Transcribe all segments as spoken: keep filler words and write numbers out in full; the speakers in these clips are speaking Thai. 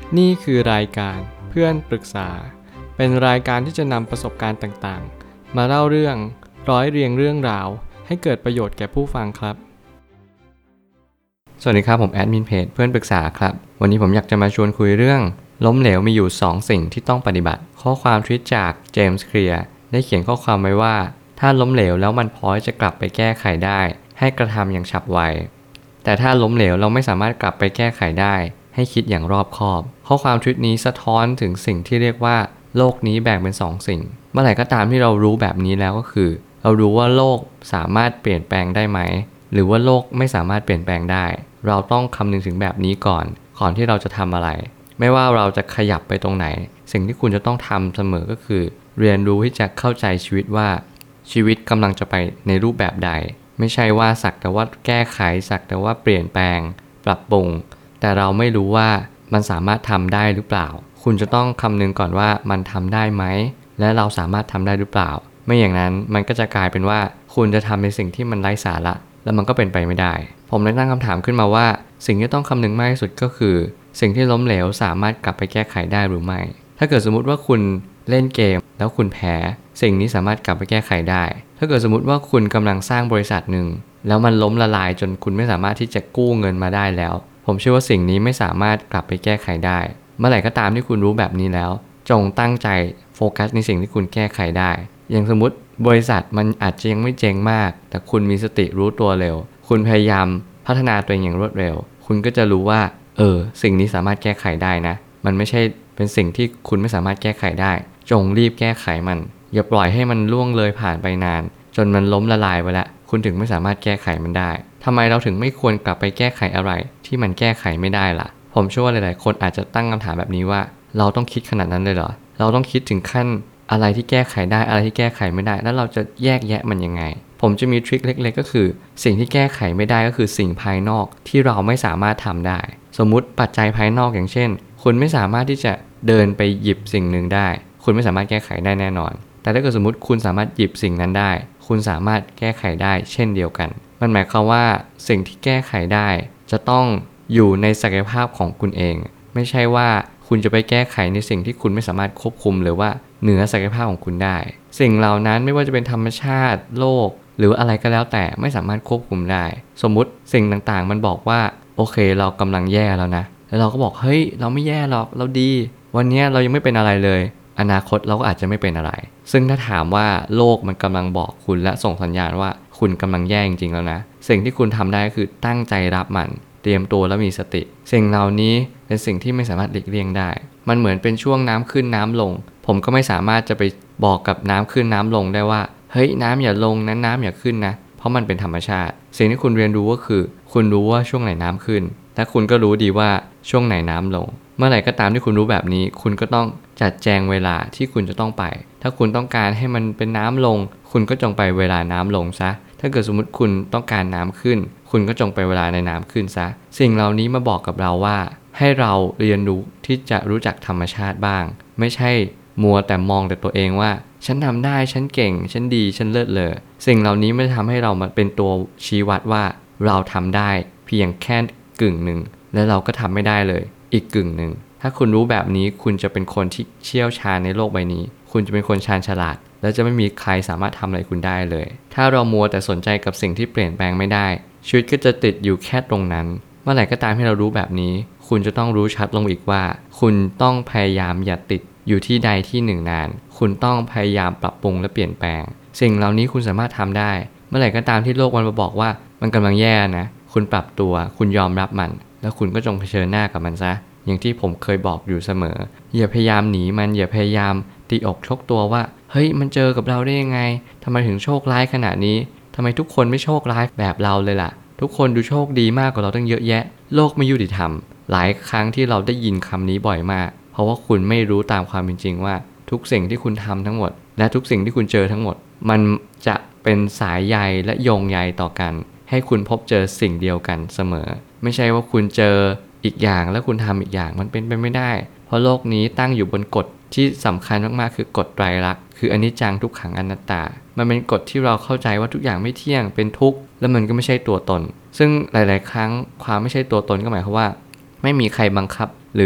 นี่คือรายการเพื่อนปรึกษาเป็นรายการที่จะนำประสบการณ์ต่างๆมาเล่าเรื่องร้อยเรียงเรื่องราวให้เกิดประโยชน์แก่ผู้ฟังครับสวัสดีครับผมแอดมินเพจเพื่อนปรึกษาครับวันนี้ผมอยากจะมาชวนคุยเรื่องล้มเหลวมีอยู่สองสิ่งที่ต้องปฏิบัติข้อความทวิตจากเจมส์เคลียร์ได้เขียนข้อความไว้ว่าถ้าล้มเหลวแล้วมันพอจะกลับไปแก้ไขได้ให้กระทำอย่างฉับไวแต่ถ้าล้มเหลวเราไม่สามารถกลับไปแก้ไขได้ให้คิดอย่างรอบคอบข้อความทวิตนี้สะท้อนถึงสิ่งที่เรียกว่าโลกนี้แบ่งเป็นสองสิ่งเมื่อไหร่ก็ตามที่เรารู้แบบนี้แล้วก็คือเรารู้ว่าโลกสามารถเปลี่ยนแปลงได้ไหมหรือว่าโลกไม่สามารถเปลี่ยนแปลงได้เราต้องคำนึงถึงแบบนี้ก่อนก่อนที่เราจะทำอะไรไม่ว่าเราจะขยับไปตรงไหนสิ่งที่คุณจะต้องทำเสมอก็คือเรียนรู้ที่จะเข้าใจชีวิตว่าชีวิตกำลังจะไปในรูปแบบใดไม่ใช่ว่าสักแต่ว่าแก้ไขสักแต่ว่าเปลี่ยนแปลงปรับปรุงแต่เราไม่รู้ว่ามันสามารถทำได้หรือเปล่าคุณจะต้องคำนึงก่อนว่ามันทำได้ไหมและเราสามารถทำได้หรือเปล่าไม่อย่างนั้นมันก็จะกลายเป็นว่าคุณจะทำในสิ่งที่มันไร้สาระแล้วมันก็เป็นไปไม่ได้ผมเลยตั้งคำถามขึ้นมาว่าสิ่งที่ต้องคำนึงมากที่สุดก็คือสิ่งที่ล้มเหลวสามารถกลับไปแก้ไขได้หรือไม่ถ้าเกิดสมมุติว่าคุณเล่นเกมแล้วคุณแพ้สิ่งนี้สามารถกลับไปแก้ไขได้ถ้าเกิดสมมุติว่าคุณกำลังสร้างบริษัทหนึ่งแล้วมันล้มละลายจนคุณไม่สามารถที่จะกู้เงินมาได้แล้วผมเชื่อว่าสิ่งนี้ไม่สามารถกลับไปแก้ไขได้เมื่อไหร่ก็ตามที่คุณรู้แบบนี้แล้วจงตั้งใจโฟกัสในสิ่งที่คุณแก้ไขได้อย่างสมมติบริษัทมันอาจจะยังไม่เจ๊งมากแต่คุณมีสติรู้ตัวเร็วคุณพยายามพัฒนาตัวเองอย่างรวดเร็วคุณก็จะรู้ว่าเออสิ่งนี้สามารถแก้ไขได้นะมันไม่ใช่เป็นสิ่งที่คุณไม่สามารถแก้ไขได้จงรีบแก้ไขมันอย่าปล่อยให้มันล่วงเลยผ่านไปนานจนมันล้มละลายไปแล้วคุณถึงไม่สามารถแก้ไขมันได้ทำไมเราถึงไม่ควรกลับไปแก้ไขอะไรที่มันแก้ไขไม่ได้ล่ะผมเชื่อว่าหลายๆคนอาจจะตั้งคำถามแบบนี้ว่าเราต้องคิดขนาดนั้นเลยเหรอเราต้องคิดถึงขั้นอะไรที่แก้ไขได้อะไรที่แก้ไขไม่ได้แล้วเราจะแยกแยะมันยังไงผมจะมีทริคเล็กๆก็คือสิ่งที่แก้ไขไม่ได้ก็คือสิ่งภายนอกที่เราไม่สามารถทำได้สมมุติปัจจัยภายนอกอย่างเช่นคุณไม่สามารถที่จะเดินไปหยิบสิ่งหนึ่งได้คุณไม่สามารถแก้ไขได้แน่นอนแต่ถ้าเกิดสมมติคุณสามารถหยิบสิ่งนั้นได้คุณสามารถแก้ไขได้เช่นเดียวกันมันหมายความว่าสิ่งที่แก้ไขได้จะต้องอยู่ในศักยภาพของคุณเองไม่ใช่ว่าคุณจะไปแก้ไขในสิ่งที่คุณไม่สามารถควบคุมหรือว่าเหนือศักยภาพของคุณได้สิ่งเหล่านั้นไม่ว่าจะเป็นธรรมชาติโลกหรืออะไรก็แล้วแต่ไม่สามารถควบคุมได้สมมุติสิ่งต่างๆมันบอกว่าโอเคเรากำลังแย่แล้วนะแล้วเราก็บอกเฮ้ยเราไม่แย่หรอกเราดีวันนี้เรายังไม่เป็นอะไรเลยอนาคตเราก็อาจจะไม่เป็นอะไรซึ่งถ้าถามว่าโลกมันกำลังบอกคุณและส่งสัญญาณว่าคุณกำลังแย่จริงๆแล้วนะสิ่งที่คุณทำได้ก็คือตั้งใจรับมันเตรียมตัวและมีสติสิ่งเหล่านี้เป็นสิ่งที่ไม่สามารถหลีกเลี่ยงได้มันเหมือนเป็นช่วงน้ำขึ้นน้ำลงผมก็ไม่สามารถจะไปบอกกับน้ำขึ้นน้ำลงได้ว่าเฮ้ยน้ำอย่าลงนะน้ำอย่าขึ้นนะเพราะมันเป็นธรรมชาติสิ่งที่คุณเรียนรู้ก็คือคุณรู้ว่าช่วงไหนน้ำขึ้นและคุณก็รู้ดีว่าช่วงไหนน้ำลงเมื่อไหร่ก็ตามที่คุณรู้แบบนี้คุณก็ต้องจัดแจงเวลาที่คุณจะต้องไปถ้าคุณต้องการให้มันเป็นน้ำลงคุณก็จงไปเวลาน้ำลงซะถ้าเกิดสมมติคุณต้องการน้ำขึ้นคุณก็จงไปเวลาในน้ำขึ้นซะสิ่งเหล่านี้มาบอกกับเราว่าให้เราเรียนรู้ที่จะรู้จักธรรมชาติบ้างไม่ใช่มัวแต่มองแต่ตัวเองว่าฉันทำได้ฉันเก่งฉันดีฉันเลิศเลอสิ่งเหล่านี้ไม่ทำให้เรามาเป็นตัวชี้วัดว่าเราทำได้เพียงแค่กึ่งหนึ่งและเราก็ทำไม่ได้เลยอีกกึ่งหนึ่งถ้าคุณรู้แบบนี้คุณจะเป็นคนที่เชี่ยวชาญในโลกใบนี้คุณจะเป็นคนชาญฉลาดและจะไม่มีใครสามารถทำอะไรคุณได้เลยถ้าเรามัวแต่สนใจกับสิ่งที่เปลี่ยนแปลงไม่ได้ชีวิตก็จะติดอยู่แค่ตรงนั้นเมื่อไหร่ก็ตามที่เรารู้แบบนี้คุณจะต้องรู้ชัดลงอีกว่าคุณต้องพยายามอย่าติดอยู่ที่ใดที่หนึ่งนานคุณต้องพยายามปรับปรุงและเปลี่ยนแปลงสิ่งเหล่านี้คุณสามารถทำได้เมื่อไหร่ก็ตามที่โลกมันมาบอกว่ามันกำลังแย่นะคุณปรับตัวคุณยอมรับมันแล้วคุณก็จงเผชิญหน้ากับมันซะอย่างที่ผมเคยบอกอยู่เสมออย่าพยายามหนีมันอย่าพยายามตีอกชกตัวว่าเฮ้ยมันเจอกับเราได้ยังไงทำไมถึงโชคร้ายขนาดนี้ทำไมทุกคนไม่โชคร้ายแบบเราเลยล่ะทุกคนดูโชคดีมากกว่าเราตั้งเยอะแยะโลกไม่ยุติธรรมหลายครั้งที่เราได้ยินคำนี้บ่อยมากเพราะว่าคุณไม่รู้ตามความเป็นจริงว่าทุกสิ่งที่คุณทำทั้งหมดและทุกสิ่งที่คุณเจอทั้งหมดมันจะเป็นสายใยและโยงใยต่อกันให้คุณพบเจอสิ่งเดียวกันเสมอไม่ใช่ว่าคุณเจออีกอย่างแล้วคุณทำอีกอย่างมันเป็นไปไม่ได้เพราะโลกนี้ตั้งอยู่บนกฎที่สำคัญมากๆคือกฎไตรลักษณ์คืออนิจจังทุกขังอนัตตามันเป็นกฎที่เราเข้าใจว่าทุกอย่างไม่เที่ยงเป็นทุกข์และมันก็ไม่ใช่ตัวตนซึ่งหลายๆครั้งความไม่ใช่ตัวตนก็หมายความว่าไม่มีใครบังคับหรือ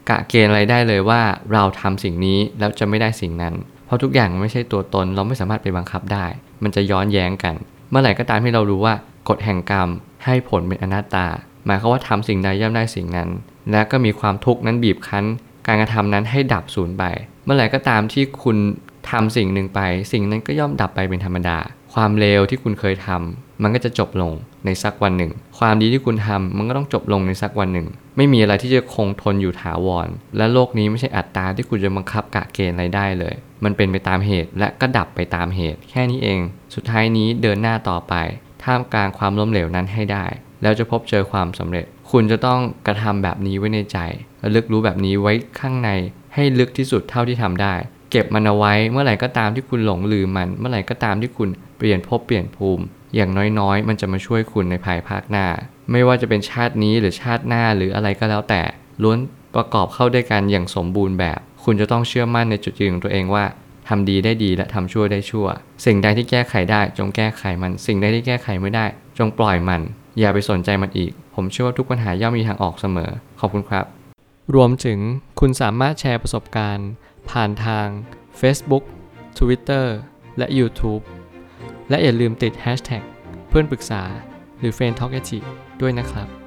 กะเกณฑ์อะไรได้เลยว่าเราทำสิ่งนี้แล้วจะไม่ได้สิ่งนั้นเพราะทุกอย่างไม่ใช่ตัวตนเราไม่สามารถไปบังคับได้มันจะย้อนแย้งกันเมื่อไหร่ก็ตามที่เรารู้ว่ากฎแห่งกรรมให้ผลเป็นอนัตตาหมายความว่าทำสิ่งใดย่อมได้สิ่งนั้นและก็มีความทุกข์นั้นบีบคั้นการกระทำนั้นให้ดับสูญไปเมื่อไหร่ก็ตามที่คุณทำสิ่งหนึ่งไปสิ่งนั้นก็ย่อมดับไปเป็นธรรมดาความเลวที่คุณเคยทำมันก็จะจบลงในสักวันหนึ่งความดีที่คุณทำมันก็ต้องจบลงในสักวันหนึ่งไม่มีอะไรที่จะคงทนอยู่ถาวรและโลกนี้ไม่ใช่อัตตาที่คุณจะบังคับกะเกณฑ์อะไรได้เลยมันเป็นไปตามเหตุและก็ดับไปตามเหตุแค่นี้เองสุดท้ายนี้เดินหน้าต่อไปท่ามกลางความล้มเหลวนั้นให้ได้แล้วจะพบเจอความสำเร็จคุณจะต้องกระทำแบบนี้ไว้ในใจและลึกรู้แบบนี้ไว้ข้างในให้ลึกที่สุดเท่าที่ทำได้เก็บมันเอาไว้เมื่อไหร่ก็ตามที่คุณหลงลืมมันเมื่อไหร่ก็ตามที่คุณเปลี่ยนภพเปลี่ยนภูมิอย่างน้อยๆมันจะมาช่วยคุณในภายภาคหน้าไม่ว่าจะเป็นชาตินี้หรือชาติหน้าหรืออะไรก็แล้วแต่ล้วนประกอบเข้าด้วยกันอย่างสมบูรณ์แบบคุณจะต้องเชื่อมั่นในจุดยืนของตัวเองว่าทำดีได้ดีและทำชั่วได้ชั่วสิ่งใดที่แก้ไขได้จงแก้ไขมันสิ่งใดที่แก้ไขไม่ได้จงปล่อยมันอย่าไปสนใจมันอีกผมเชื่อว่าทุกปัญหาย่อมมีทางออกเสมอขอบคุณครับรวมถึงคุณสามารถแชร์ประสบการณ์ผ่านทาง Facebook Twitter และ YouTube และอย่าลืมติด แฮชแท็ก เพื่อนปรึกษาหรือ เฟรนด์ ทอล์ก ด้วยนะครับ